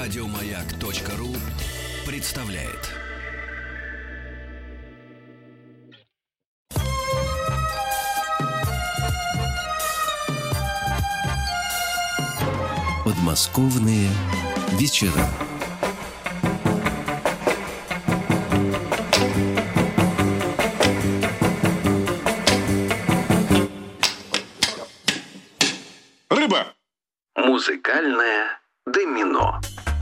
Радиомаяк.ру представляет. Подмосковные вечера. Рыба. Музыкальное домино.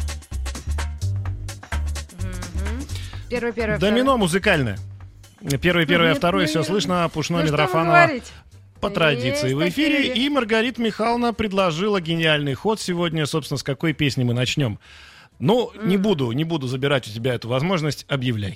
Первое. Домино музыкальное. Первое, второе, все слышно. Пушной, Митрофанова. По традиции в эфире. И Маргарита Михайловна предложила гениальный ход сегодня. Собственно, с какой песни мы начнем? Ну, не буду забирать у тебя эту возможность. Объявляй.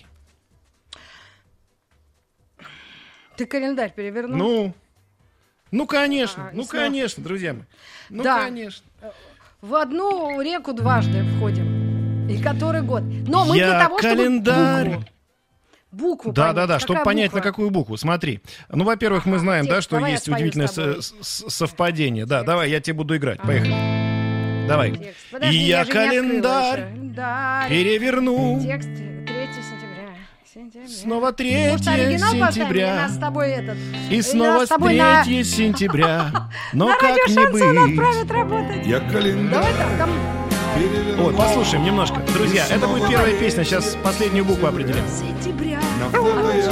Ты календарь перевернул? Ну, конечно, конечно, друзья мои. Да. Конечно. В одну реку дважды входим. И который год. Но мы Я для того, календарь. чтобы букву Да, понять. чтобы понять, на какую букву. Смотри. Ну, во-первых, мы знаем, текст. да, что Давай есть я спою удивительное с тобой. совпадение. Да, давай, я тебе буду играть. Поехали. Давай. Текст. Подожди, И я же не открыла календарь еще. Календарь. переверну. Текст 3 сентября. Снова 3 Может, оригинал поставим? сентября. Нас с тобой этот. И снова нас с тобой на 3 сентября. Но радио как не Шансон быть? отправят работать. Я календарь Давай там. переверну. Вот, послушаем немножко. Друзья, это будет первая песня. Сейчас последнюю букву определим. Сентября. На фото я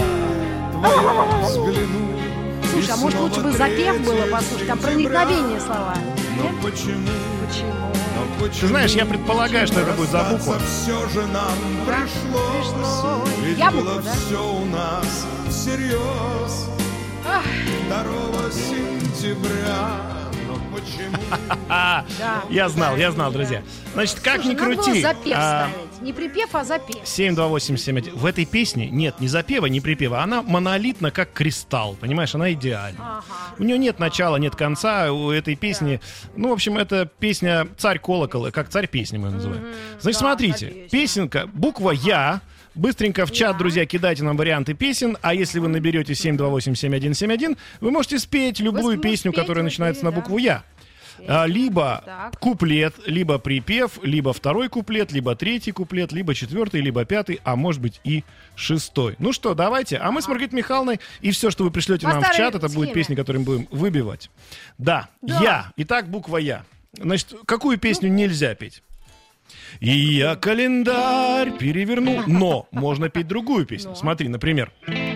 твоя взгляну. Слушай, а может лучше бы запев было послушать? Там проникновение слова. Но Нет? почему? Почему? Ты знаешь, я предполагаю, что это будет за буква. Все же нам Да, пришлось. пришлось. Ведь Я было буква, да? все у нас всерьез. Ах. 2 сентября. Но почему? Да. Я знал, друзья. Значит, как Слушай, ни надо было крути. запев ставить. Не припев, а запев. 72871. В этой песне нет ни запева, ни припева. Она монолитна, как кристалл. Понимаешь, она идеальна. Ага. У нее нет начала, нет конца. У этой песни... Ну, в общем, это песня «Царь колокола», как «Царь песни» мы ее называем. Значит, да, смотрите. «Царь песни». Песенка, буква «Я». Быстренько в чат, друзья, кидайте нам варианты песен. А если вы наберете 7287171, вы можете спеть любую Вы песню, спеть которая в начинается эфире, на да. букву «Я». Либо Так. куплет, либо припев, либо второй куплет, либо третий куплет, либо четвертый, либо пятый, а может быть и шестой. Ну что, давайте. А мы с Маргаритой Михайловной, и все, что вы пришлете По нам в старой чат, это будет схеме. песни, которые мы будем выбивать. Да, Да. «Я». Итак, буква «Я». Значит, какую песню нельзя петь? И я календарь переверну. Но можно петь другую песню. Смотри, например.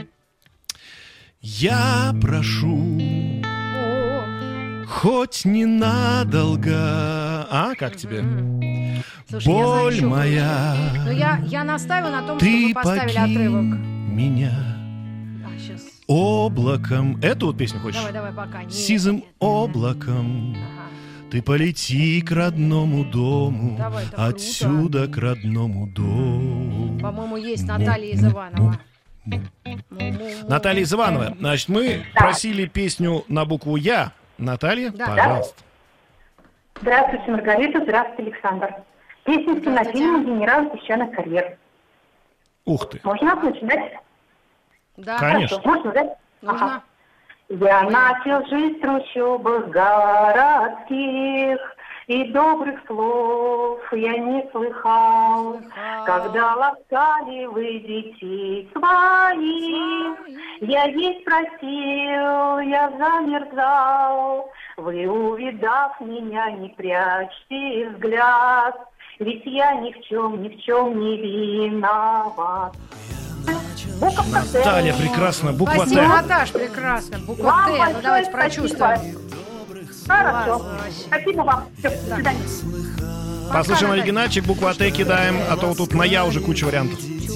Я прошу, О, хоть ненадолго. А, как тебе? слушай, я Боль знаю, что моя, Но я настаиваю на том, чтобы ты вы поставили покинь отрывок. меня Сейчас. облаком. Эту вот песню хочешь? Давай, пока. Нет, Сизым нет. облаком Ага. ты полети к родному дому, Давай, это круто. отсюда к родному дому. По-моему, есть Наталья из Иванова. Наталья из Иванова. Значит, мы просили песню на букву «Я». Наталья, Да. пожалуйста. Здравствуйте, Маргарита. Здравствуйте, Александр. Песня с кинофильма «Генерал песчаных карьер». Ух ты. Можно начинать? Да. Конечно. Хорошо. Можно, да? Нужно. Я начал жить в трущобах городских, и добрых слов я не слыхал. Когда ласкали вы детей своих, я есть просил, я замерзал. Вы, увидав меня, не прячьте взгляд, ведь я ни в чем не виноват. Буква Т. Наталья, прекрасно. Буква Спасибо, «Т». Наташ, прекрасно. Буква Вам Т. Ну, большое давайте спасибо. прочувствуем. Хорошо. Классно вообще. Спасибо вам. Все, до свидания. Послушаем Наталья. оригинальчик, буква «Т» кидаем, а то тут на «Я» уже куча вариантов.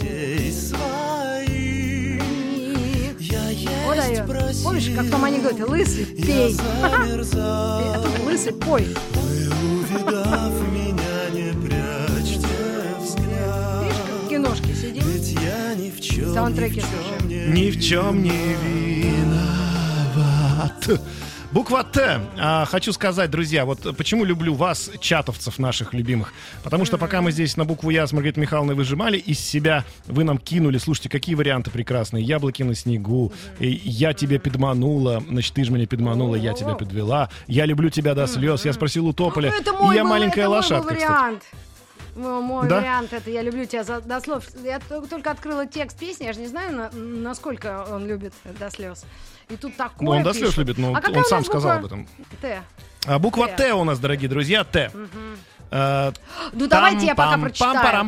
Вот даёт. Помнишь, как в том анекдоте? Лысый, пей. А тут лысый, пой. Видишь, как в киношке сидим, саундтреки слушаем. Ни в чем не виноват. Буква «Т». Хочу сказать, друзья, вот почему люблю вас, чатовцев наших любимых. Потому что пока мы здесь на букву «Я» с Маргаритой Михайловной выжимали из себя, вы нам кинули, слушайте, какие варианты прекрасные. «Яблоки на снегу», «Я тебя подманула», значит, «Ты ж меня подманула, я тебя подвела», «Я люблю тебя до слез», «Я спросил у тополя», Это и мой «Я был, маленькая это мой был лошадка», кстати. вариант. Мой Да? вариант это «Я люблю тебя до слез». Я только открыла текст песни, я же не знаю, насколько он любит до слез. И тут такое Ну, он до пишет. слез любит, но А какая он у сам нас сказал буква? об этом. Т. А буква Т. Т у нас, дорогие друзья, Т. Ну, давайте я пока прочитаю.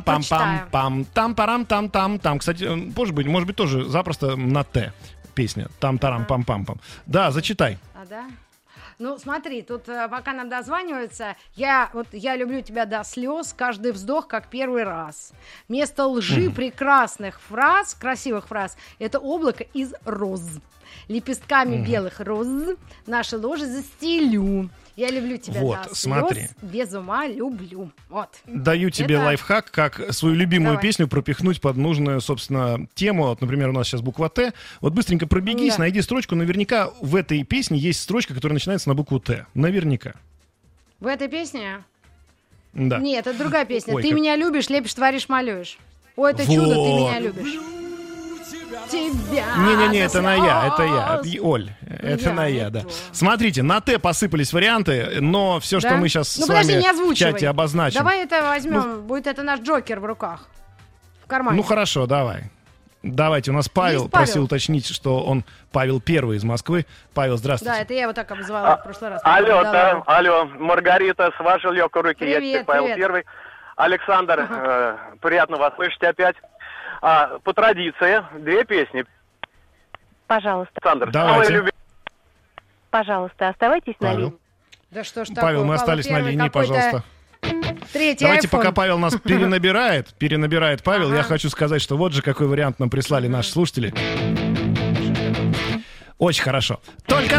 Там. Кстати, может быть, тоже запросто на Т песня. Там-тарам-пам-пам-пам. Да, зачитай. А, да? Ну, смотри, тут пока нам дозваниваются, я люблю тебя до слез, каждый вздох как первый раз. Место лжи прекрасных фраз, красивых фраз, это облако из роз. Лепестками белых роз наши ложи застелю. Я люблю тебя Вот, до слез, смотри. без ума люблю. Вот. Даю тебе Это- лайфхак, как свою любимую Давай. песню пропихнуть под нужную, собственно, тему. Вот, например, у нас сейчас буква Т. Вот быстренько пробегись, Да. найди строчку. Наверняка в этой песне есть строчка, которая начинается на букву Т. Наверняка. В этой песне? Да. Нет, это другая песня. Ой, Ты как- меня любишь, лепишь, творишь, малюешь. Ой, это чудо, ты Вот. меня любишь. Тебя. Не-не-не, до это на я, это я. слез. Оль, это Я, на я, да. это. Смотрите, на Т посыпались варианты, но все, что Да? мы сейчас Ну, с подожди, вами не в озвучивай. чате обозначим. Давай это возьмем, будет это наш Джокер в руках. В кармане. Ну хорошо, давай. Давайте, у нас Павел Есть Павел? просил уточнить, что он Павел Первый из Москвы. Павел, здравствуйте. Да, это я его так обозвала в прошлый раз. Алло, Да, алло, Маргарита, с вашей легкой руки, я Привет, теперь Павел привет. Первый. Александр, приятно вас слышать опять. По традиции, две песни. Пожалуйста, Александр, Давайте. самые пожалуйста, оставайтесь на Павел. линии. Да что ж Павел, такое, мы остались на Первый линии, какой-то пожалуйста. Третий Давайте, iPhone. пока Павел нас перенабирает Павел, Ага. я хочу сказать, что вот же какой вариант нам прислали наши слушатели. Очень хорошо. Только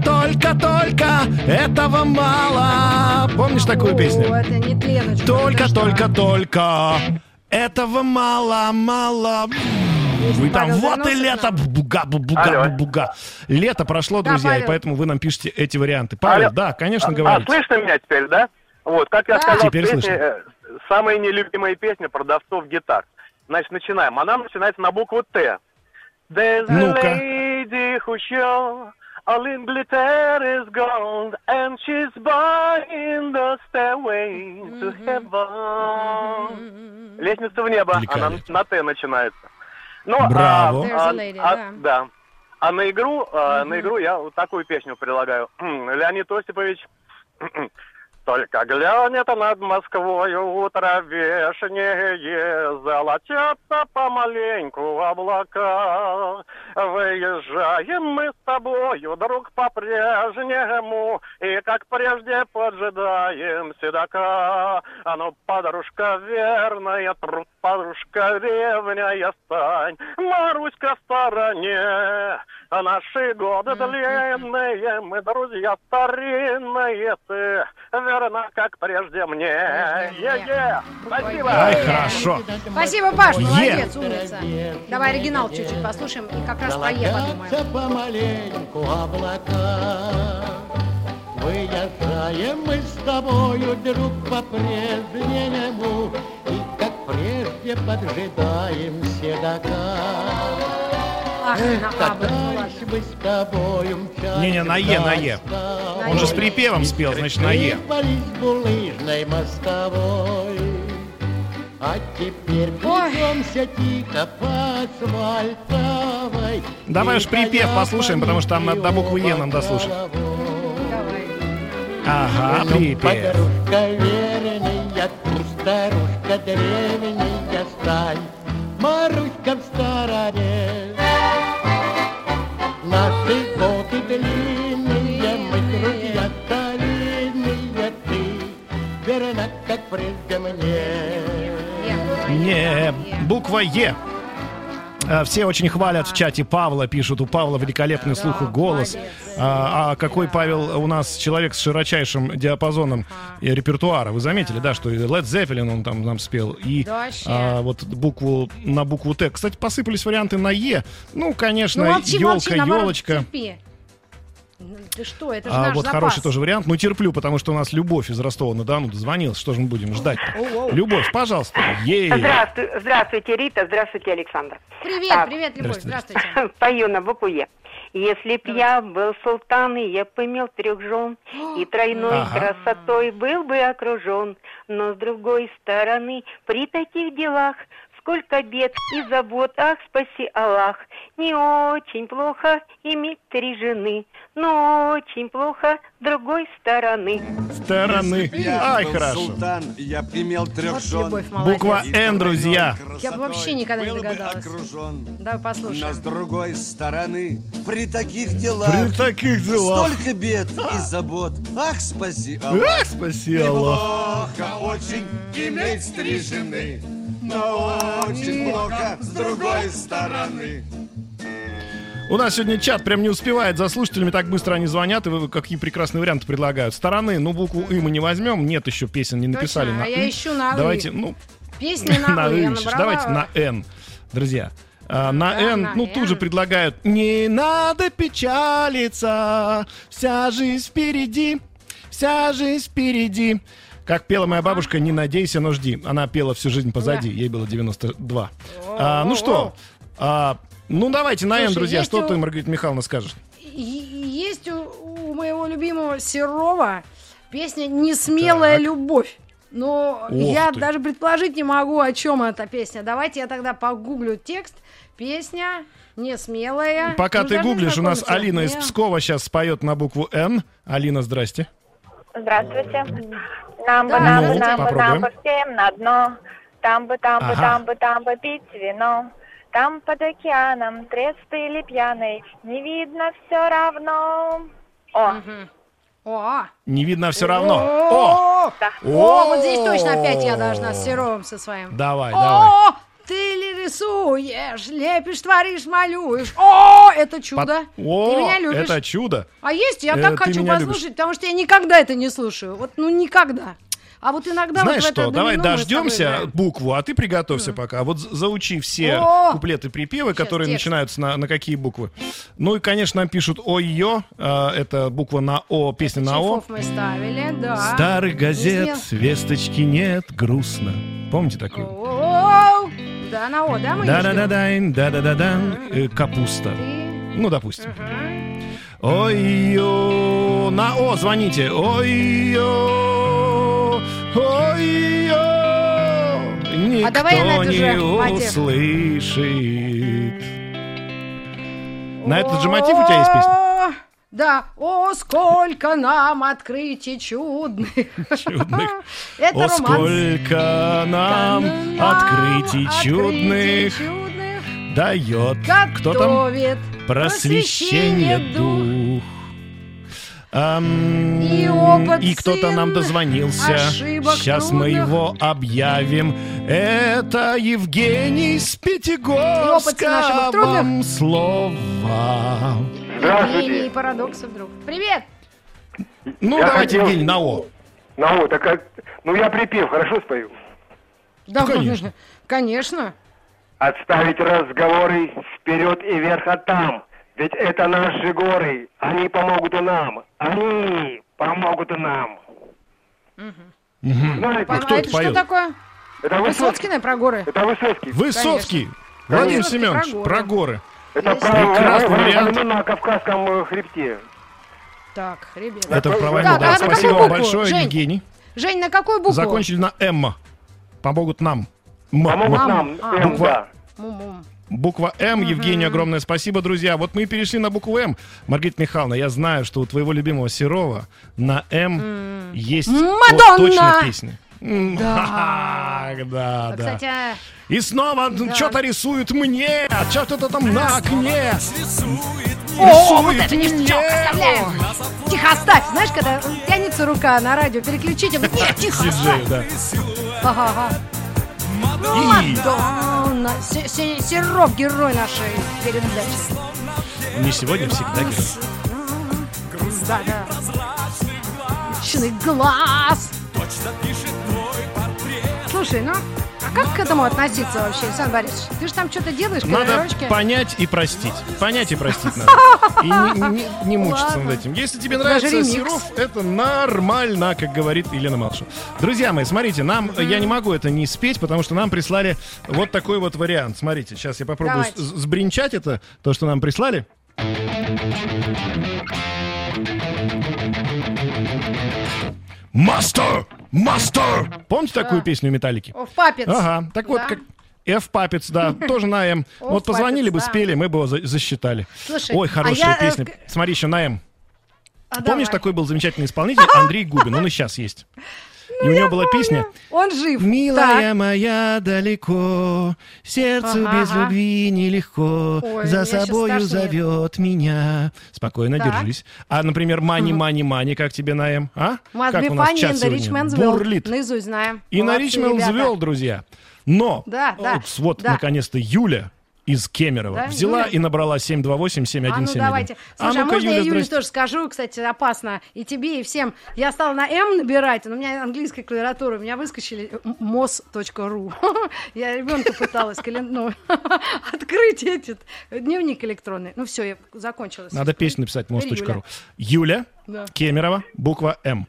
этого мало. Помнишь такую О, песню? это не Леночка. Только этого мало. Вы там, Павел вот и вернулся лето, к нам? Алло. буга. Лето прошло, Да, друзья, и Павел. поэтому вы нам пишете эти варианты. Павел, Алло. да, конечно, говорите. слышно меня теперь, да? Вот, как я Да. сказал, Теперь песни, слышно. самая нелюбимая песня продавцов гитар. Значит, начинаем. Она начинается на букву Т. There's a Ну-ка. lady who shows all in glitter is gold, and she's buying the stairway to heaven. Лестница в небо, она Великолепно. на Т начинается. Ну, Браво. There's a lady, да. да. А на игру я вот такую песню предлагаю. Леонид Осипович. Только глянет над Москвою утро вешнее, золотятся помаленьку облака. Выезжаем мы с тобою, друг, по-прежнему, и как прежде поджидаем седока. А ну, подружка верная, труд, подружка ревняя, стань, Маруська в стороне. А наши годы длинные, мы друзья старинные, ты верна, как прежде мне. Е-е! Спасибо! Ай, хорошо. Спасибо, Паш, Е. молодец, умница. Давай оригинал чуть-чуть послушаем и как раз про Е подумаем. Золотятся помаленьку облака. Выезжаем мы с тобою, друг, по-прежнему, и как прежде поджидаем седока. Ах, нахабы, ну ладно. Катались мы с тобою, мчались Не-не, на Е, на Е. Он же с припевом спел, значит, на Е. Сыпались булыжной мостовой. А теперь Ой. плетемся тихо по асфальтовой. Давай уж припев послушаем, потому что там надо до буквы Е нам дослушать. Давай. Ага, припев. Подружка верная, ты старушка древняя, стань, Маруська в стороне. Наши годы длинные, мы друзья старинные, ты верна, как прежде мне. Не, буква Е. Все очень хвалят в чате Павла, пишут, у Павла великолепный слух и голос. молодец. А какой Павел у нас человек с широчайшим диапазоном репертуара. Вы заметили, да, что и Led Zeppelin он там нам спел, и Да, вообще. вот на букву Т. Кстати, посыпались варианты на Е. Ну, конечно, Ну молчи, молчи, елка, наоборот, елочка. терпи. Ты что, это же наш Вот запас. хороший тоже вариант. Ну, терплю, потому что у нас Любовь из Ростова-на-Дону дозвонилась. Что же мы будем ждать? Любовь, пожалуйста. Здравствуйте, Рита. Здравствуйте, Александр. Привет, привет, Любовь. Здравствуйте. Пою на букву Е. Если б я был султан, и я бы имел 3 жен, и тройной красотой был бы окружен, но с другой стороны, при таких делах, сколько бед и забот, ах, спаси Аллах. Не очень плохо иметь 3 жены, но очень плохо с другой стороны. Ай, хорошо. Султан, я б имел 3 Вот жен. Любовь, молодец. Буква Н, друзья. Я бы вообще никогда не догадалась. Давай Но послушаем. с другой стороны, при таких делах, столько бед и забот, ах, спаси Аллах. Ах, спаси Аллах. Плохо очень иметь 3 жены, но очень плохо с другой стороны. У нас сегодня чат прям не успевает за слушателями, так быстро они звонят, и вы какие прекрасные варианты предлагают. Стороны, ну, букву «и» мы не возьмем, нет еще песен, не написали Точно, на а «и». я ищу на «ы». Давайте, ну, Песни на «ы» я «ы» ищешь. набрала. Давайте на «н», друзья. На Да, «н», на ну, тут же «н». предлагают «не надо печалиться, вся жизнь впереди, вся жизнь впереди». Как пела моя бабушка, не надейся, но жди. Она пела всю жизнь позади, ей было 92. Ну что, ну давайте на «н», Слушай, друзья. есть Что у- ты, Маргарита Михайловна, скажешь? Есть у моего любимого Серова песня «Несмелая любовь». Но я ты. даже предположить не могу, о чем эта песня. Давайте я тогда погуглю текст. Песня «Несмелая». Пока Ну, ты должны гуглишь, у нас знакомиться. Алина из Не. Пскова сейчас споет на букву «Н». Алина, здрасте. Здравствуйте. Нам бы, Да, нам бы, здравствуйте. нам бы, Попробуем. нам бы всем на дно. Там бы, там бы, Ага. там бы, там бы пить вино. Там под океаном, трезвый или пьяный, не видно все равно. О, О, Не видно все равно. О! да. О, вот здесь точно опять я должна с Серовым со своим. Давай, давай. О, ты ли рисуешь, лепишь, творишь, малюешь. О, это чудо. Ты меня любишь. Это чудо. А есть, я Ты так хочу меня послушать, потому что я никогда это не слушаю. Вот, ну, никогда. А вот иногда Знаешь вот в это что, давай домино мы с тобой дождемся играем. букву, а ты приготовься пока. Вот заучи все О! куплеты, припевы, Сейчас которые текст. начинаются на какие буквы. Ну и, конечно, нам пишут «Ой-ё», это буква на «о», песня на «о». Чайфов мы ставили, да. Старых газет, Несмел- весточки нет, грустно. Помните такую? О-о-о. Да, на «о», да, мы не ждем? Да-да-да-дань, да-да-да-дан, капуста. Ты- Ну, допустим. Ой-ё, на «о» звоните. Ой-ё, ой-ё, никто давай я на эту же не мотив. услышит. На этот же мотив у тебя есть песня? О, да, о, сколько нам открытий чудных. Чудных. Это О, романс. сколько нам открытий чудных чудных дает. Кто там? готовит Просвещение дух. И опыт И кто-то нам сын дозвонился. ошибок Сейчас мы трудных. его объявим. Это Евгений с Пятигорска. опыт сын ошибок трудных. Вам слово. гений парадоксов, друг. Привет! Ну, Я давайте, хотел- Евгений, на «о». Ну вот, так как... Ну я припев хорошо спою. Да, конечно. Конечно. Отставить разговоры вперед и вверх, а там. Ведь это наши горы. Они помогут и нам. Они помогут и нам. Знаете, А кто это это что поет? такое? это Высоцкий. Высоцкий про горы? Это Высоцкий. Высоцкий. Владимир Высоцкий Семенович, про про горы. горы. Это про Прекрасный войну вариант. на Кавказском хребте. Так, ребята. Это про войну, Так, да. а на Спасибо какую вам букву, большое, Жень? Евгений. Жень, на какую букву? Закончили на «М». Помогут нам. Помогут Мам. нам. А. М, Буква- да. Мум-мум. Буква «М». Евгению огромное спасибо, друзья. Вот мы и перешли на букву «М». Маргарита Михайловна, я знаю, что у твоего любимого Серова на «М» есть Мадонна! точно песня. Да. Да, А, да. кстати, И снова что-то рисует мне, что-то там на окне. о, вот это ништячок, оставляем. Тихо, оставь. Знаешь, когда тянется рука на радио, переключить, он нет, тихо, Диджею, оставь. да. Ага. И Мадонна. Серов, герой нашей передачи. не сегодня, всегда герой. Да. Прозрачный глаз. Слушай, ну, как к этому относиться вообще, Александр Борисович? Ты же там что-то делаешь, Надо калерочки? понять и простить. Понять и простить надо. И не мучиться над этим. Если тебе нравится Серов, это нормально, как говорит Елена Малышева. Друзья мои, смотрите, я не могу это не спеть, потому что нам прислали вот такой вот вариант. Смотрите, сейчас я попробую сбринчать это, то, что нам прислали. Мастер! Помните такую песню Металлики? Of Puppets. Ага, так вот, как F-Puppets, да, тоже на М. Вот позвонили бы, спели, мы бы его засчитали. Слушай, ой, хорошая песня. Смотри, еще на М. Помнишь, такой был замечательный исполнитель Андрей Губин? Он и сейчас есть. И у него была песня «Он жив». «Милая моя далеко, сердцу без любви нелегко, за собою зовет меня». Спокойно, держись. А, например, «Мани, как тебе на М?» А? Как у нас чат сегодня бурлит. Наизусть знаем. И на Ричмонд взвел, друзья. Но вот наконец-то Юля из Кемерово взяла и набрала 728-7171. Давайте. Слушай, можно я Юле тоже скажу, кстати, опасно и тебе, и всем. Я стала на М набирать, но у меня английская клавиатура, у меня выскочили mos.ru. Я ребенка пыталась открыть этот дневник электронный. Ну все, я закончила. Надо песню написать mos.ru. Юля, Кемерово, буква М.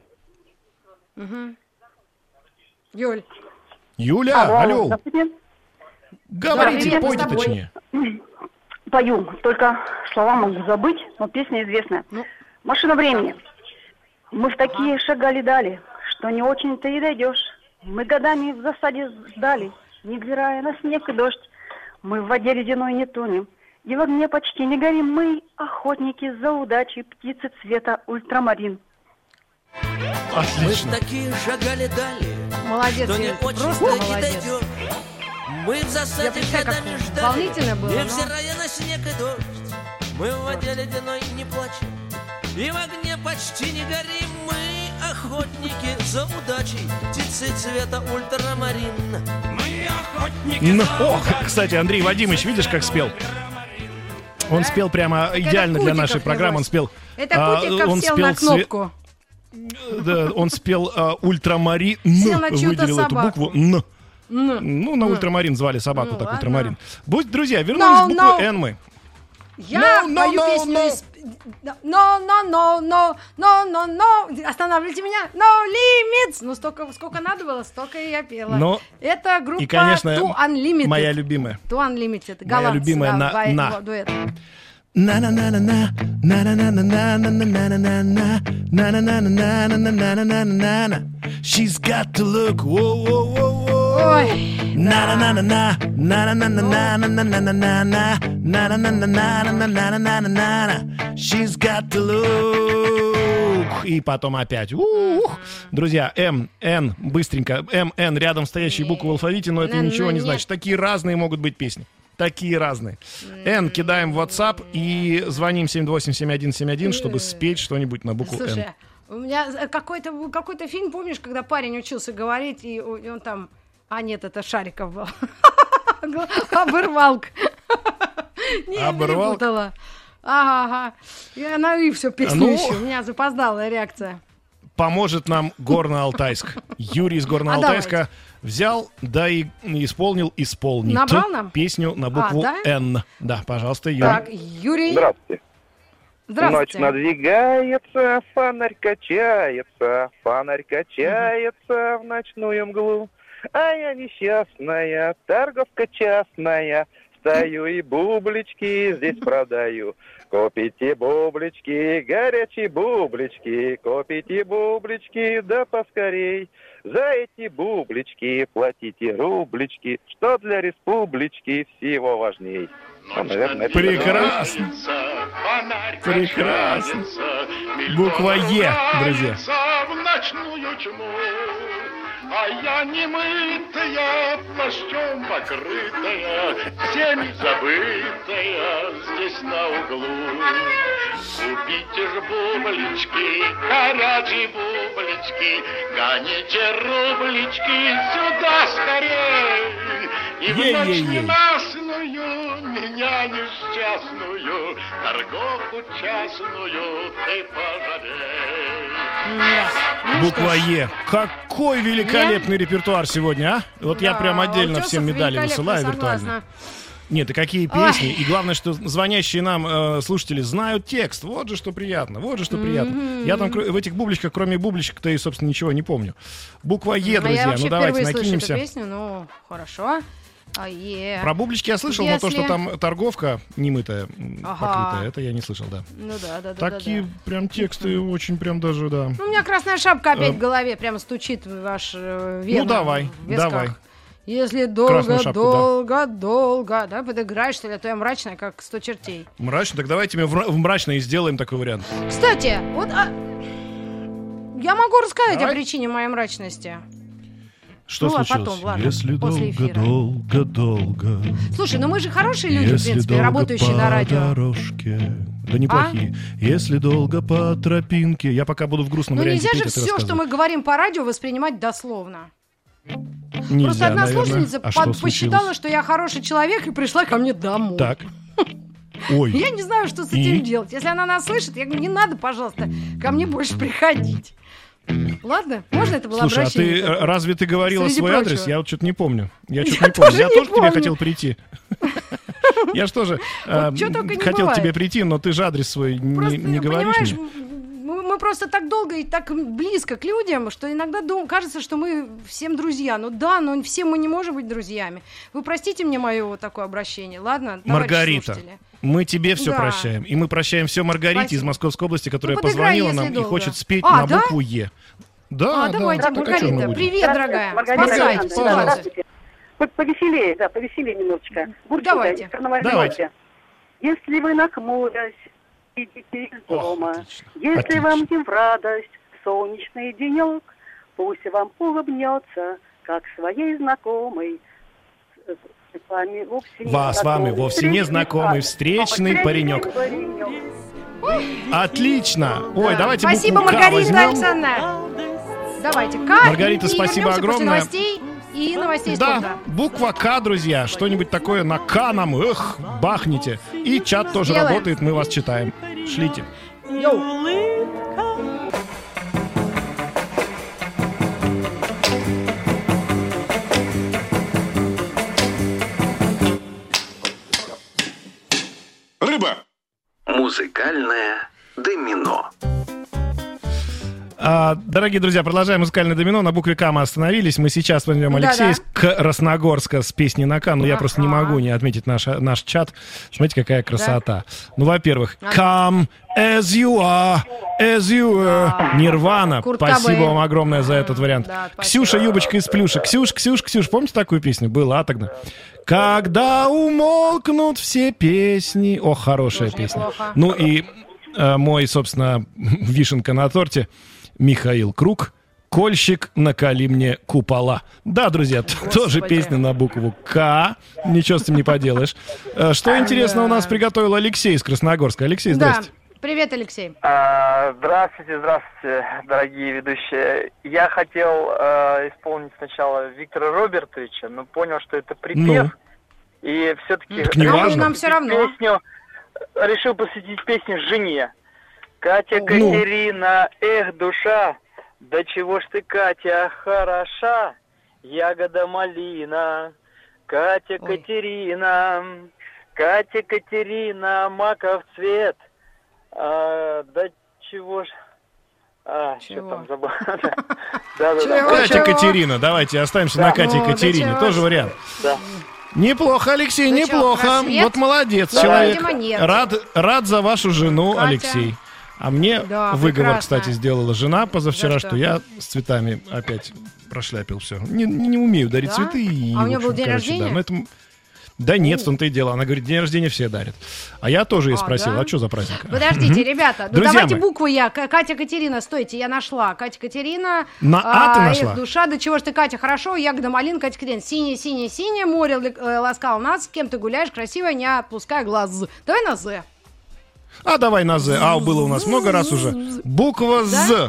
Юля, алло. Говорите, пойте точнее. Пою, только слова могу забыть, но песня известная. «Машина времени». Мы в такие шагали-дали, что не очень-то и дойдешь. Мы годами в засаде ждали, невзирая на снег и дождь. Мы в воде ледяной не тонем, и в огне почти не горим. Мы охотники за удачей, птицы цвета ультрамарин. Отлично. Мы в такие шагали-дали, молодец, что не просто очень-то молодец. и дойдем. Мы в засаде годами ждали, невзирая на снег и дождь. Мы в воде ледяной не плачем, и в огне почти не горим. Мы охотники за удачей, птицы цвета ультрамарин. Мы охотники за удачей. Кстати, Андрей Вадимович, видишь, как спел? Он спел прямо идеально для нашей программы. Он спел... Это Кутиков сел на кнопку. Да, он спел ультрамарин, выделил эту букву Н. Ну, на ультрамарин звали собаку, так ультрамарин. Будь, друзья, вернулись к букву Н мы. Я пою песню из... No. Останавливайте меня. No limits. Ну, сколько надо было, столько и я пела. Это группа Two Unlimited. Моя любимая. Two Unlimited. Моя любимая на. Дуэт. She's got to look. She's got to look. И потом опять. Друзья, М, Н, быстренько. М, Н, рядом стоящие буквы в алфавите, но это ничего не значит. Такие разные могут быть песни. Такие разные. Н кидаем в WhatsApp и звоним 728-7171, чтобы спеть что-нибудь на букву Н. Слушай, у меня какой-то фильм, помнишь, когда парень учился говорить, и он там... А нет, это Шариков был. Оборвалка. Не перепутала. Ага. И она и все, песню еще. У меня запоздалая реакция. Поможет нам Горно-Алтайск. Юрий из Горно-Алтайска взял, да и исполнит Набрал нам? Песню на букву Н. Да, пожалуйста, Юрий. Так, Юрий. Здравствуйте. Здравствуйте. Ночь надвигается, фонарь качается в ночную мглу. А я несчастная, торговка частная, стою и бублички здесь продаю. Купите бублички, горячие бублички, купите бублички, да поскорей. За эти бублички платите рублички, что для республички всего важней. Прекрасно. Прекрасно. Буква Е, друзья. А я немытая, плащом покрытая, всеми забытая здесь на углу. Купите ж бублички, горячие бублички, гоните рублички сюда скорей. И в ночь ненастную, меня несчастную, торговку частную ты пожалей. Буква Е. Какой великолепный репертуар сегодня, а? Вот я прям отдельно всем медали высылаю виртуально. Нет, и какие песни. И главное, что звонящие нам слушатели знают текст. Вот же что приятно, вот же что приятно. Я там в этих бубличках, кроме бубличек-то и, собственно, ничего не помню. Буква Е, друзья, ну давайте накинемся. Я песню, ну, хорошо. Про бублички я слышал, но то, что там торговка немытая, покрытая, это я не слышал, да. Ну да. Такие прям тексты очень прям даже, да. Ну, у меня красная шапка опять в голове прямо стучит ваш вена. Ну, давай. Если долго, да, подыграешь, что ли, а то я мрачная, как 100 чертей. Мрачно? Так давайте мы в мрачно и сделаем такой вариант. Кстати, вот я могу рассказать о причине моей мрачности. Что случилось? Потом, ладно, если долго. Слушай, ну мы же хорошие люди, в принципе, работающие на радио. Дорожке. Да неплохие. Если долго по тропинке. Я пока буду в грустном варианте. Ну нельзя же все, что мы говорим по радио, воспринимать дословно. Нельзя, просто одна наверное. слушательница посчитала, что я хороший человек и пришла ко мне домой. Так. Ой. Я не знаю, что с этим делать. Если она нас слышит, я говорю, не надо, пожалуйста, ко мне больше приходить. Ладно? Можно это было обращение? Слушай, а разве ты говорила Среди свой прочего. адрес? Я вот что-то не помню. Я тоже к тебе хотел прийти. Я же тоже хотел к тебе прийти, но ты же адрес свой не говоришь мне. Мы просто так долго и так близко к людям, что иногда кажется, что мы всем друзья. Ну да, но всем мы не можем быть друзьями. Вы простите мне мое вот такое обращение, ладно? Маргарита, мы тебе все прощаем. И мы прощаем все Маргарите из Московской области, которая позвонила нам и хочет спеть на букву Е. Да, давайте, Маргарита. Привет, дорогая. Спасайте, здравствуйте. Повеселее немножечко. Давайте. Если вы нахмурясь идите из дома, если вам не в радость солнечный денек, пусть вам улыбнется, как своей знакомой. С вами вовсе не знакомый встречный паренек. Отлично. Ой, давайте спасибо, букву К Маргарита возьмем. Александровна. Давайте К. Маргарита, спасибо огромное. И новостей да, спорта. Буква К, друзья. Что-нибудь такое на К нам, бахните. И чат тоже работает, мы вас читаем. Шлите. Рыба. Музыкальное домино. Дорогие друзья, продолжаем музыкальное домино. На букве К мы остановились. Мы сейчас пойдем Алексей из Красногорска с песней на К. Но я просто не могу не отметить наш чат. Смотрите, какая красота. Ну, во-первых, come as you are, Нирвана. Спасибо вам огромное за этот вариант. Ксюша, юбочка из плюша. Ксюш, помните такую песню? Была тогда. Когда умолкнут все песни. О, хорошая песня. Ну и мой, собственно, вишенка на торте. Михаил Круг, «Кольщик, наколи мне купола». Да, друзья, тоже песня на букву К. Ничего с этим не поделаешь. Что интересно у нас приготовил Алексей из Красногорска. Алексей, здрасте. Да. Привет, Алексей. Здравствуйте, дорогие ведущие. Я хотел исполнить сначала Виктора Робертовича, но понял, что это припев. И все-таки нам все равно. Решил посвятить песню жене. Катя Катерина, эх, душа, да чего ж ты, Катя, хороша, ягода малина. Катя Катерина, маков цвет, да чего ж... что там забыл? Катя Катерина, давайте оставимся на Кате Катерине, тоже вариант. Да. Неплохо, Алексей, неплохо. Вот молодец человек. Рад за вашу жену, Алексей. А мне выговор, кстати, сделала жена позавчера, что я с цветами опять прошляпил все. Не умею дарить цветы. А у нее был день рождения? Да нет, в том-то и дело. Она говорит, день рождения все дарят. А я тоже ей спросил, а что за праздник? Подождите, ребята, давайте букву Я. Катя Катерина, стойте, я нашла. Катя Катерина. На А ты нашла? Душа, да чего ж ты, Катя, хорошо, ягода малин, Катя Катерина. Синее, море ласкал нас, с кем ты гуляешь, красиво, не отпускай глаз. Давай на З. Давай на З. Было у нас много раз уже. Буква З.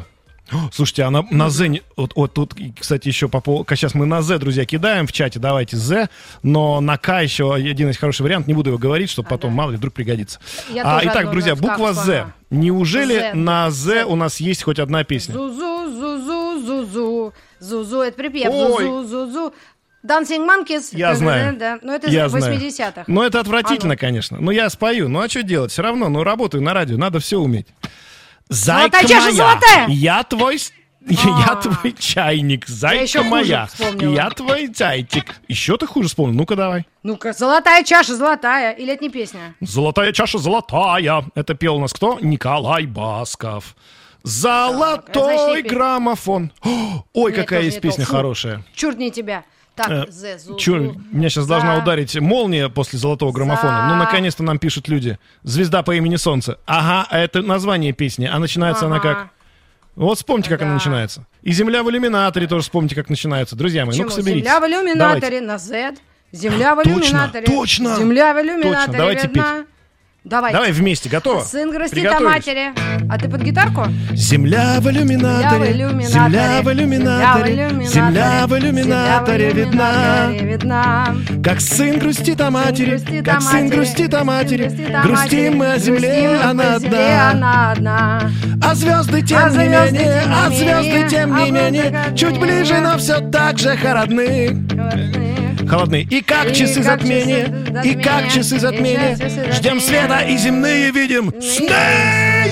Слушайте, а на «З», вот тут, кстати, еще сейчас мы на «З», друзья, кидаем в чате, давайте «З», но на «К» еще один есть хороший вариант, не буду его говорить, чтобы потом, мало ли, вдруг пригодится. Итак, друзья, буква «З». Неужели на «З» у нас есть хоть одна песня? Зу-зу-зу-зу-зу-зу. Зу-зу, это припев. Зу-зу-зу-зу. Dancing Monkeys. Я знаю. Да. Но это из 80-х. Ну, это отвратительно, конечно. Но я спою. Ну, а что делать? Все равно, работаю на радио, надо все уметь. Зайка моя, золотая! Я твой чайник, зайка моя, я твой зайчик. Еще ты хуже вспомнил? Ну-ка давай. Ну-ка, золотая чаша, золотая. Или это не песня? Золотая чаша, золотая. Это пел у нас кто? Николай Басков. Золотой граммофон. Ой, какая есть песня хорошая. Чурни тебя. Так, меня сейчас должна ударить молния после золотого граммофона. Ну, наконец-то нам пишут люди. Звезда по имени Солнце. Ага, это название песни. А начинается она как? Вот вспомните, как она начинается. И «Земля в иллюминаторе» тоже вспомните, как начинается. Друзья мои, ну-ка соберитесь. «Земля в иллюминаторе» на Z. «Земля в иллюминаторе». Точно. «Земля в иллюминаторе». Давайте петь. Давай вместе, готово? Сын грустит о матери. А ты под гитарку? Земля в иллюминаторе, земля в иллюминаторе, земля в иллюминаторе видна. Как сын грустит о матери, как сын грустит о матери, грустим мы о земле, она одна. А звезды тем не менее, а звезды тем не менее, чуть ближе, но все так же холодны. И как часы затмения, и как часы затмения, ждем света и земные видим сны.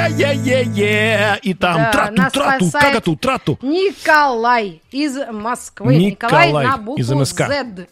И там трату, тагату, трату. Николай из Москвы. Николай на букву Z.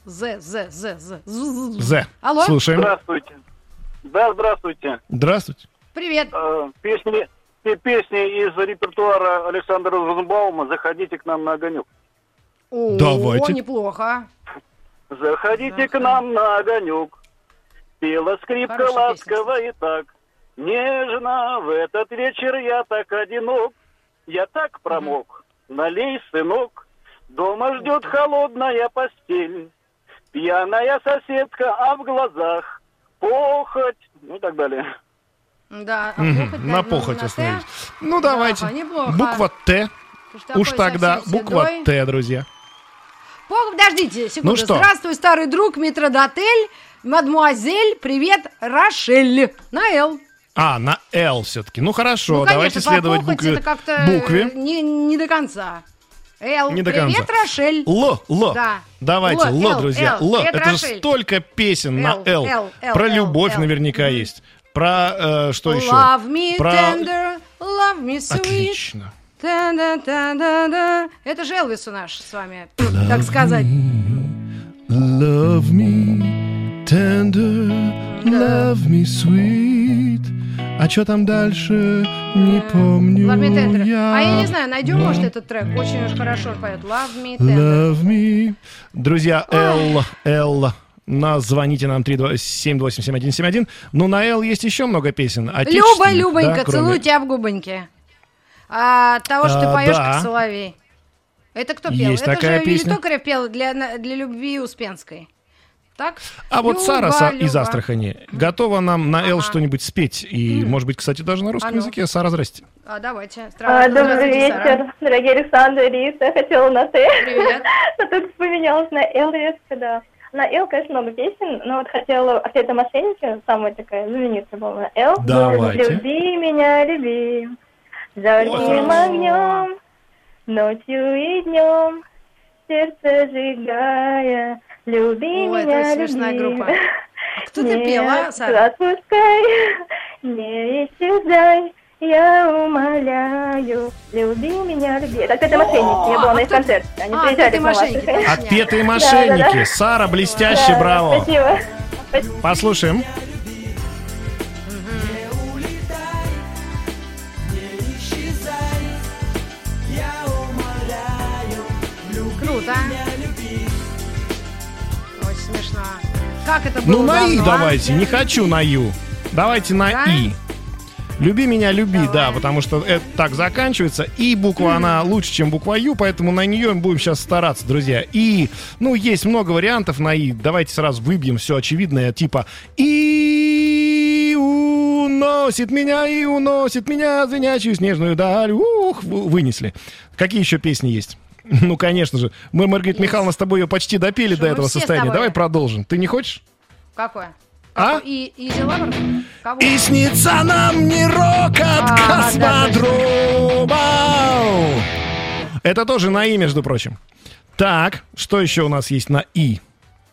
З. Алло. Слушаем. Здравствуйте. Да, здравствуйте. Здравствуйте. Привет. Песни из репертуара Александра Розенбаума «Заходите к нам на огонек». Давайте. О, неплохо. Заходите к нам на огонек. Пела скрипка Хорошая ласково и так. Нежно в этот вечер я так одинок. Я так промок. Налей, сынок. Дома ждет холодная постель. Пьяная соседка, а в глазах похоть. Ну и так далее. Да, на похоть остановились. Ну давайте. Неплохо. Буква Т. Уж тогда буква Т, друзья. Подождите секунду. Ну что? Здравствуй, старый друг, метрдотель, мадмуазель, привет, Рошель. На Л. На Л все-таки. Ну хорошо, давайте следовать букве. Не до конца. Л. Не до привет, конца. Рошель. Л. Да. Давайте, Л, друзья. Л. Это же Рошель. столько песен на Л. Про любовь наверняка есть. Про что еще? Love me tender, love me sweet. Отлично. Это же Элвис у наш с вами, так сказать. Love me tender, love me sweet. А что там дальше, не помню. Love me tender. Я не знаю, найдем, может, этот трек. Очень уж хорошо поет. Love me tender. Love me. Друзья, Л. Звоните нам 327-87171. Ну, на Л есть еще много песен. Любонька, целую тебя в губоньки. Того, что ты поешь, как соловей. Это кто пел? Есть это такая же песня. Токарев пел для любви Успенской. Так? А вот Сара из Астрахани готова нам на Л что-нибудь спеть. И, может быть, кстати, даже на русском языке. Сара, здрасте. Давайте. Добрый вечер, Сара. Дорогие Александр и Риса. Я хотела на Т. Привет. Но тут поменялась на Л резко, да. На Л, конечно, много песен, но вот хотела «Ответы мошенники», самая такая знаменитая была на Л. Давайте. Люби меня, люби, жарким огнем, ночью и днем, сердце сжигая, люби меня, это смешная люби. группа. Кто ты пела, Сара? Отпускай, не исчезай, я умоляю, люби меня, люби. Это «Отпетые мошенники», я была на их концерте. Они приезжали к нам в Астрахань. «Отпетые мошенники». Да. Сара, блестяще, браво. Спасибо. Послушаем. Круто. Очень смешно. Как это было? Ну, на И давайте, не хочу на Ю. Давайте на И. Люби меня, люби, да, потому что это так заканчивается. И буква, она лучше, чем буква Ю, поэтому на нее будем сейчас стараться, друзья. И, есть много вариантов на И. Давайте сразу выбьем все очевидное, типа И у уносит меня и уносит меня в звенящую снежную даль. Ух, вынесли. Какие еще песни есть? Ну, конечно же. Мы, Маргарита Михайловна, с тобой ее почти допели до этого состояния. Давай продолжим. Ты не хочешь? Какое? А? И Лабр? Кого? И снится нам не рокот космодрома. Это тоже на «и», между прочим. Так, что еще у нас есть на «и»?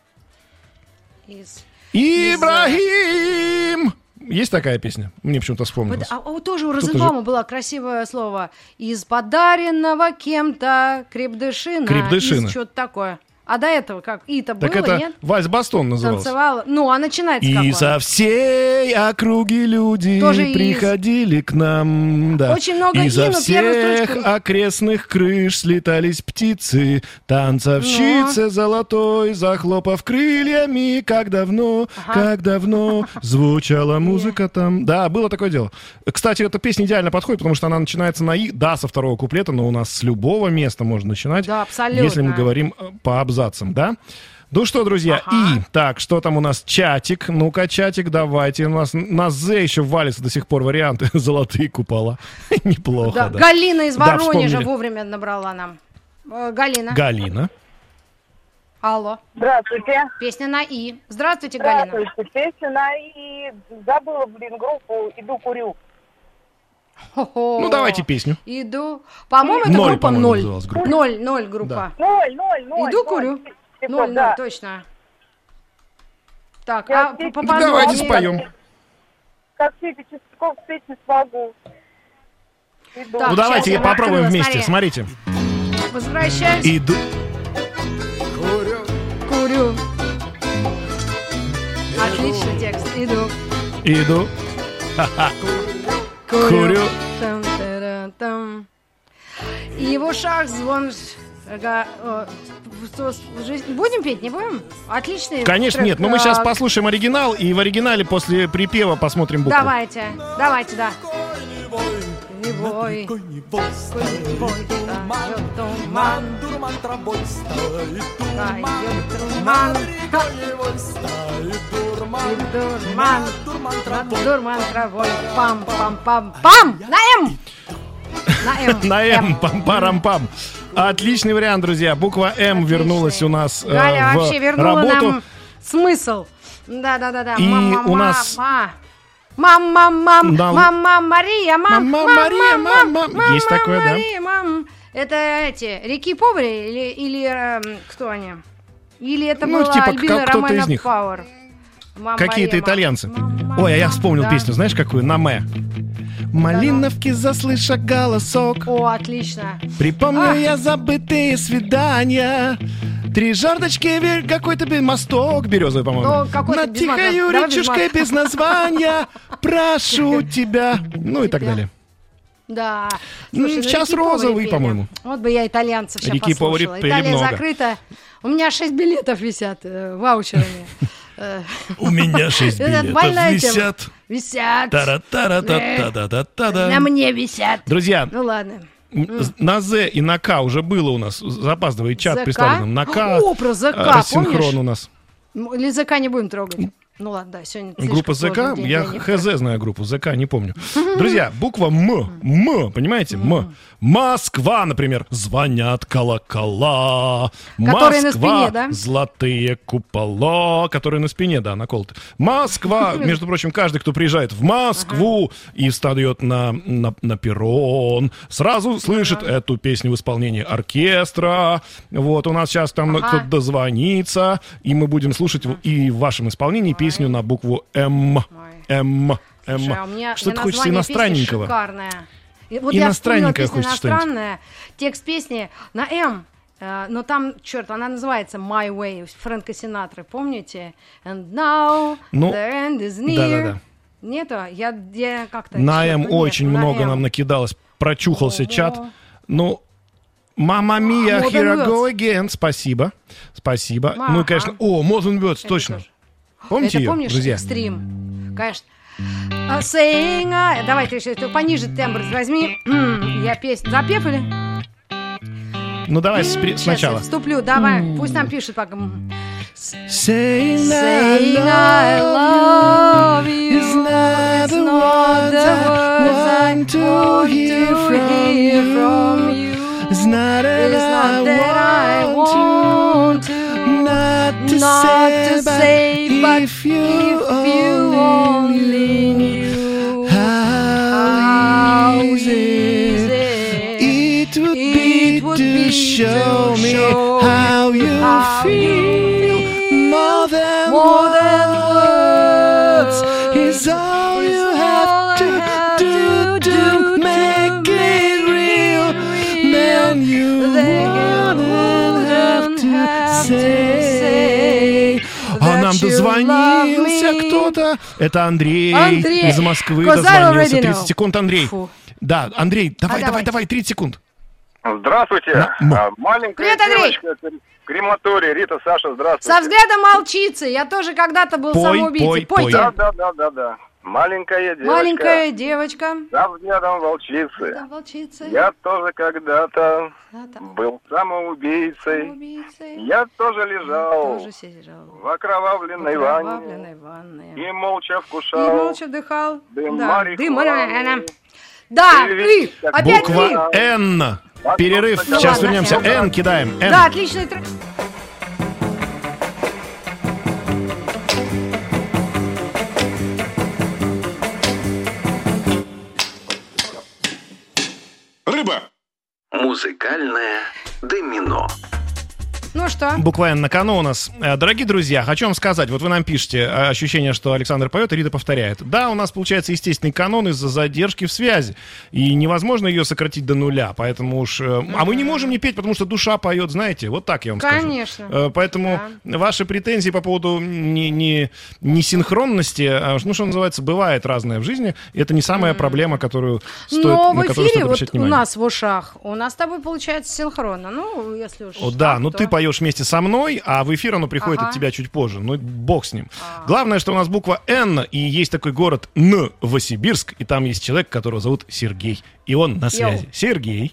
Ибрагим! Есть такая песня? Мне почему-то вспомнилось. Тоже у Розенбаума было красивое слово. Из подаренного кем-то крепдышина. Из что-то такое. А до этого как? И-то было, это нет? Вась Бастон назывался. Танцевала. Ну, а начинается как? И со всей округи люди тоже приходили к нам. Да. Очень много и со всех окрестных крыш слетались птицы, танцовщицы золотой, захлопав крыльями, как давно звучала музыка там. Да, было такое дело. Кстати, эта песня идеально подходит, потому что она начинается на «и», да, со второго куплета, но у нас с любого места можно начинать. Да, абсолютно. Если мы говорим по абзацам, да? Ну что, друзья, и так, что там у нас? Чатик. Ну-ка, чатик, давайте. У нас на «З» еще валятся до сих пор варианты. Золотые купола. Неплохо, да. Галина из Воронежа вовремя набрала нам. Галина. Алло. Здравствуйте. Песня на «и». Здравствуйте, Галина. Здравствуйте. Песня на «и». Забыла, группу «Иду курю». Ну, давайте песню. Иду. По-моему, это группа 0. 0 группа. 0. Иду курю. 0, точно. Так, давайте споем. Как Федя Чистяков спеть не смогу. Ну, давайте попробуем вместе. Смотрите. Возвращаюсь. Иду. Курю. Отличный текст. Иду. Курю. И в ушах звон. Будем петь, не будем? Отличный. Конечно, трек. Нет. Но мы сейчас послушаем оригинал, и в оригинале после припева посмотрим букву. Давайте, да. Не бой, туман, травой стоит дурман травой, пам-пам-пам-пам, на «М». На «М», пам-парам-пам. Отличный вариант, друзья. Буква «М» вернулась у нас Галя в вообще вернула работу. нам смысл. Да. И у нас... Мама Мария, мама. Есть такое, да. Это эти реки Повари или кто они? Или это была типа, Альбина Ромена Пауэр? Какие-то итальянцы. Ой, а я вспомнил песню, знаешь какую? На «М». Малиновки, заслыша голосок. О, отлично. Припомню я забытые свидания. 3 жердочки, какой-то мосток березовый, по-моему. Над тихою речушкой без названия. Прошу тебя. Ну и так далее. Да. Слушай, сейчас розовый, по-моему. Вот бы я итальянцев сейчас Реки послушала. Повари Италия много. закрыта. У меня 6 билетов висят ваучерами. У меня 6 билетов висят. Тара-тара-та-та-та-та-та. На мне висят. Друзья, ну ладно. На «З» и на «К» уже было у нас. Запаздывает чат представлен. На «К» про ЗК, рассинхрон у нас. Или ЗК не будем трогать. Ну ладно, да, сегодня группа ЗК, я ХЗ знаю группу, ЗК не помню. Друзья, буква М, понимаете? М. Москва, например, звонят колокола. Которые на Москва, спине, да? Золотые купола, которые на спине, да, наколоты. Москва, между прочим, каждый, кто приезжает в Москву и встает на перрон, сразу слышит эту песню в исполнении оркестра. Вот, у нас сейчас там кто-то дозвонится, и мы будем слушать и в вашем исполнении песню на букву М. М. Что-то хочется иностранненького. Шикарная. Вот иностранненькое хочется что-нибудь. иностранная. Текст песни на М. Но там, она называется My Way, Фрэнка Синатры, помните? And now the end is near. Да. Нету? Я как-то... На М очень много нам накидалось. Прочухался чат. Ну... Мама Мия, here I go again. Спасибо. Ну и, конечно... О, Modern Words, точно. Помните ее, помнишь, друзья? Экстрим? Конечно. Давай ты еще пониже тембр возьми. Я песню... Запев или? Ну давай сначала. Сейчас вступлю, давай. Пусть нам пишут пока. Saying I love you is not the words I want to hear from you. It's not that I want to, not to say, but if you only knew how easy it would be to show me how you feel. More than words is all you have to do to make it real. Then you wouldn't have to say. А нам дозвонился кто-то. Это Андрей из Москвы дозвонился. 30 секунд, Андрей. Да, Андрей, давай, 30 секунд. Здравствуйте. Маленькая девочка, крематорий. Рита, Саша, здравствуйте. Со взглядом волчицы. Я тоже когда-то был самоубийцей. Пойте. Да. Маленькая девочка. Со взглядом волчицы. Я тоже когда-то был самоубийцей. Я тоже лежал в окровавленной ванне. И молча вкушал. И молча вдыхал. Дым марихуаны. Да, ты! Опять буква ты! Н. Перерыв. Сейчас вернемся. Н кидаем. Н. Да, отличный трек. Рыба. Музыкальное домино. Ну что? Буква Н на кону у нас. Дорогие друзья, хочу вам сказать, вот вы нам пишете ощущение, что Александр поет, и Рита повторяет. Да, у нас получается естественный канон из-за задержки в связи. И невозможно ее сократить до нуля, поэтому уж... А мы не можем не петь, потому что душа поет, знаете, вот так я вам скажу. Конечно. Поэтому ваши претензии по поводу несинхронности, ну, что называется, бывает разное в жизни. Это не самая проблема, которую стоит, на которую стоит обращать внимание. У нас в ушах, у нас с тобой получается синхронно. Ну, если уж... Да, ну ты поешь вместе со мной, а в эфир оно приходит от тебя чуть позже. Ну, бог с ним. Главное, что у нас буква Н, и есть такой город Новосибирск, и там есть человек, которого зовут Сергей. И он на связи. Сергей.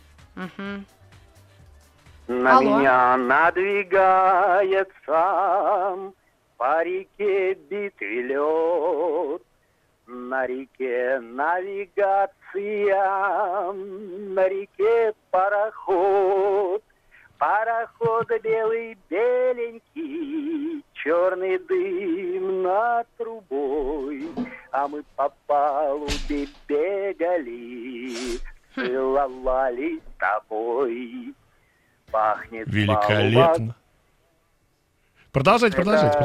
На меня надвигается по реке битвы лед. На реке навигация, на реке пароход. Пароход белый, беленький, черный дым над трубой, а мы по палубе бегали, целовались с тобой. Пахнет великолепно. Продолжайте.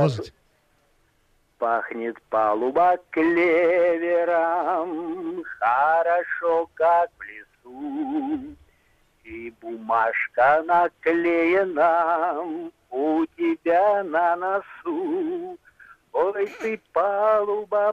Пахнет палуба клевером, хорошо, как в лесу. И бумажка наклеена у тебя на носу. Ой, ты палуба,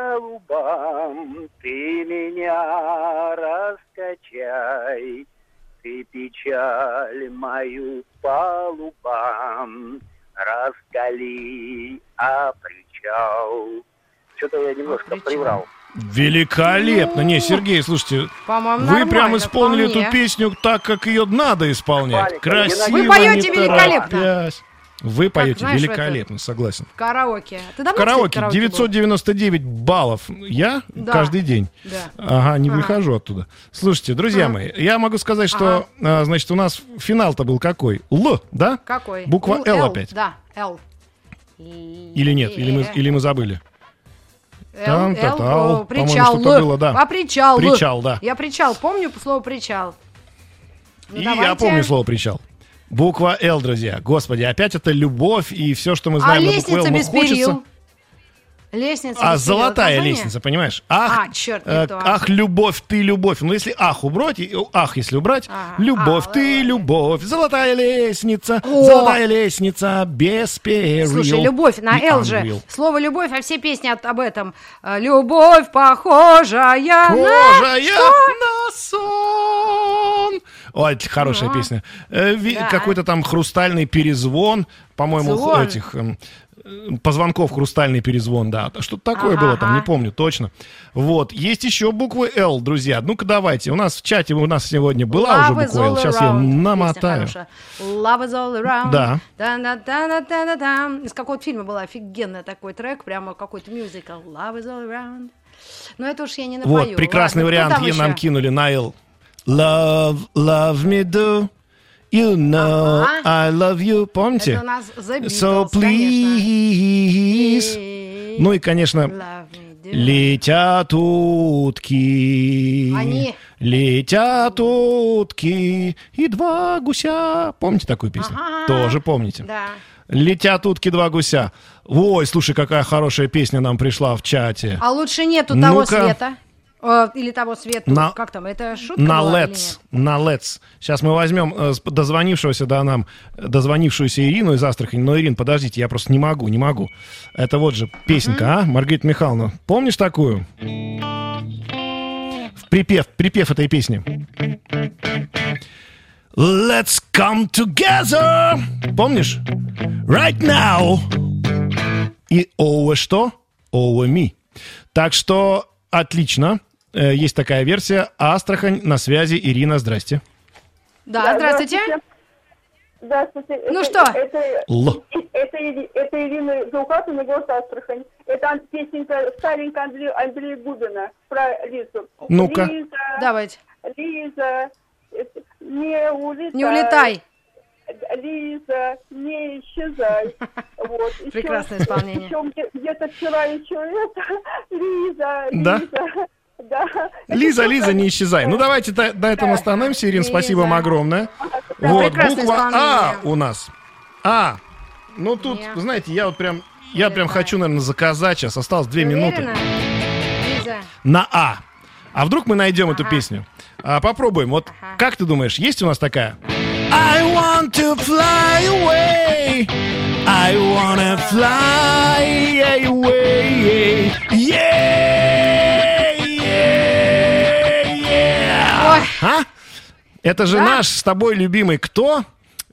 ты меня раскачай. Ты печаль мою палубам раскали, причал. Что-то я немножко приврал. Великолепно. Не, Сергей, слушайте, вы прям исполнили эту песню так, как ее надо исполнять. Красиво. Вы поете великолепно. Вы поете великолепно, согласен. В караоке. Ты давно, караоке 999 баллов. Я каждый день. Да. Ага, не выхожу оттуда. Слушайте, друзья мои, я могу сказать, что, значит, у нас финал-то был какой? Л, да? Какой? Буква Л опять. Да, Л. Или нет? Или мы забыли? Причал. Было, да. Причал. Причал, да. Я причал, помню слово причал. Ну, и давайте. Я помню слово причал. Буква Л, друзья. Господи, опять это любовь и все, что мы знаем на букву Л. Лестница без перил. Лестница. Золотая лестница, понимаешь? Ах, черт, ах, любовь, ты любовь. Ну, если ах убрать, если убрать, любовь, ты любовь. Золотая лестница без перил. Слушай, любовь на Л же. Слово любовь, а все песни об этом. Любовь похожая на сон. Ой, это хорошая песня. Какой-то там хрустальный перезвон, по-моему, этих... позвонков хрустальный перезвон, да. Что-то такое было там, не помню точно. Вот. Есть еще буквы «Л», друзья. Ну-ка, давайте. У нас в чате сегодня была уже буква «Л». Сейчас я намотаю. Love is all around. Да. Из какого-то фильма был офигенный такой трек, прямо какой-то мюзикл. Love is all around. Но это уж я не напою. Вот, прекрасный вариант нам кинули на «Л». Love me do. You know I love you. Помните? Это у нас The Beatles, So please. Ну и, конечно, летят утки. Летят утки и два гуся. Помните такую песню? Тоже помните. Да. Летят утки, два гуся. Ой, слушай, какая хорошая песня нам пришла в чате. А лучше нету того света. Или того света, как там, это шутка на была Let's, на Let's. Сейчас мы возьмем дозвонившуюся Ирину из Астрахани. Но, Ирин, подождите, я просто не могу. Это вот же песенка, Маргарита Михайловна. Помнишь такую? Припев этой песни. Let's come together. Помнишь? Right now. И over что? Over me. Так что отлично. Есть такая версия. Астрахань на связи. Ирина, здрасте. Да, здравствуйте. Здравствуйте. Ну что? Это Ирина Заухатовна, город Астрахань. Это песенка старенькая Андрея Губина про Лизу. Ну-ка. Давайте. Лиза, не улетай. Не улетай. Лиза, не исчезай. Вот. Прекрасное исполнение. Где-то вчера еще это. Лиза. Да. Лиза, не исчезай. Ну, давайте на этом остановимся, Ирина. Спасибо вам огромное. Вот, буква А у нас. А. Ну, тут, знаете, я прям хочу, наверное, заказать. Сейчас осталось 2 минуты. На А. А вдруг мы найдем эту песню? Попробуем. Вот, как ты думаешь, есть у нас такая? I want to fly away. I wanna fly away. Yeah, yeah, yeah. А? Это же наш с тобой любимый кто?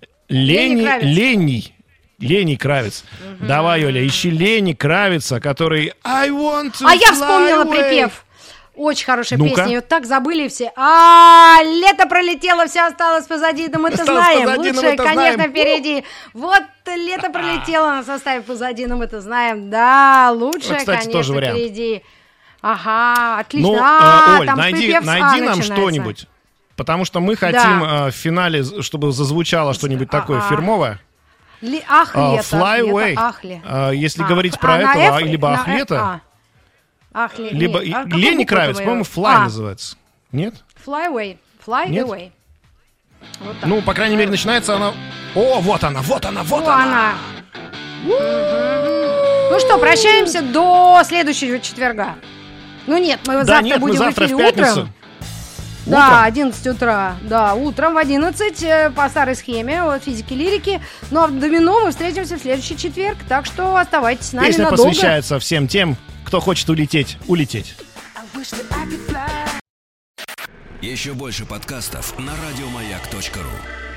Леней Кравец. Давай, Оля, ищи Лени Кравица, который I want to fly я вспомнила away. Припев. Очень хорошая Ну-ка. песня, ее так забыли все. Лето пролетело, все осталось позади, да мы-то знаем. Лучшее, конечно, впереди. Вот лето пролетело на составе позади, но мы-то знаем. Да, лучшее, конечно, впереди. Ага, отлично. Ну, Оль, найди нам что-нибудь. Потому что мы хотим в финале, чтобы зазвучало что-нибудь такое фирмовое. Ах, лето. Fly away. Если говорить про это, либо ах, лето. Либо Лени Кравец, по-моему, Fly называется. Нет? Fly away. Fly Нет? away. Вот ну, по крайней мере, начинается она... О, вот она. Ну что, прощаемся до следующего четверга. Ну нет, мы завтра будем в эфире утром. Да, 11 утра. Да, утром в 11 по старой схеме от физики лирики. Но в домино мы встретимся в следующий четверг. Так что оставайтесь с нами Песня надолго. посвящается всем тем, кто хочет улететь. Еще больше подкастов на радиомаяк.ру.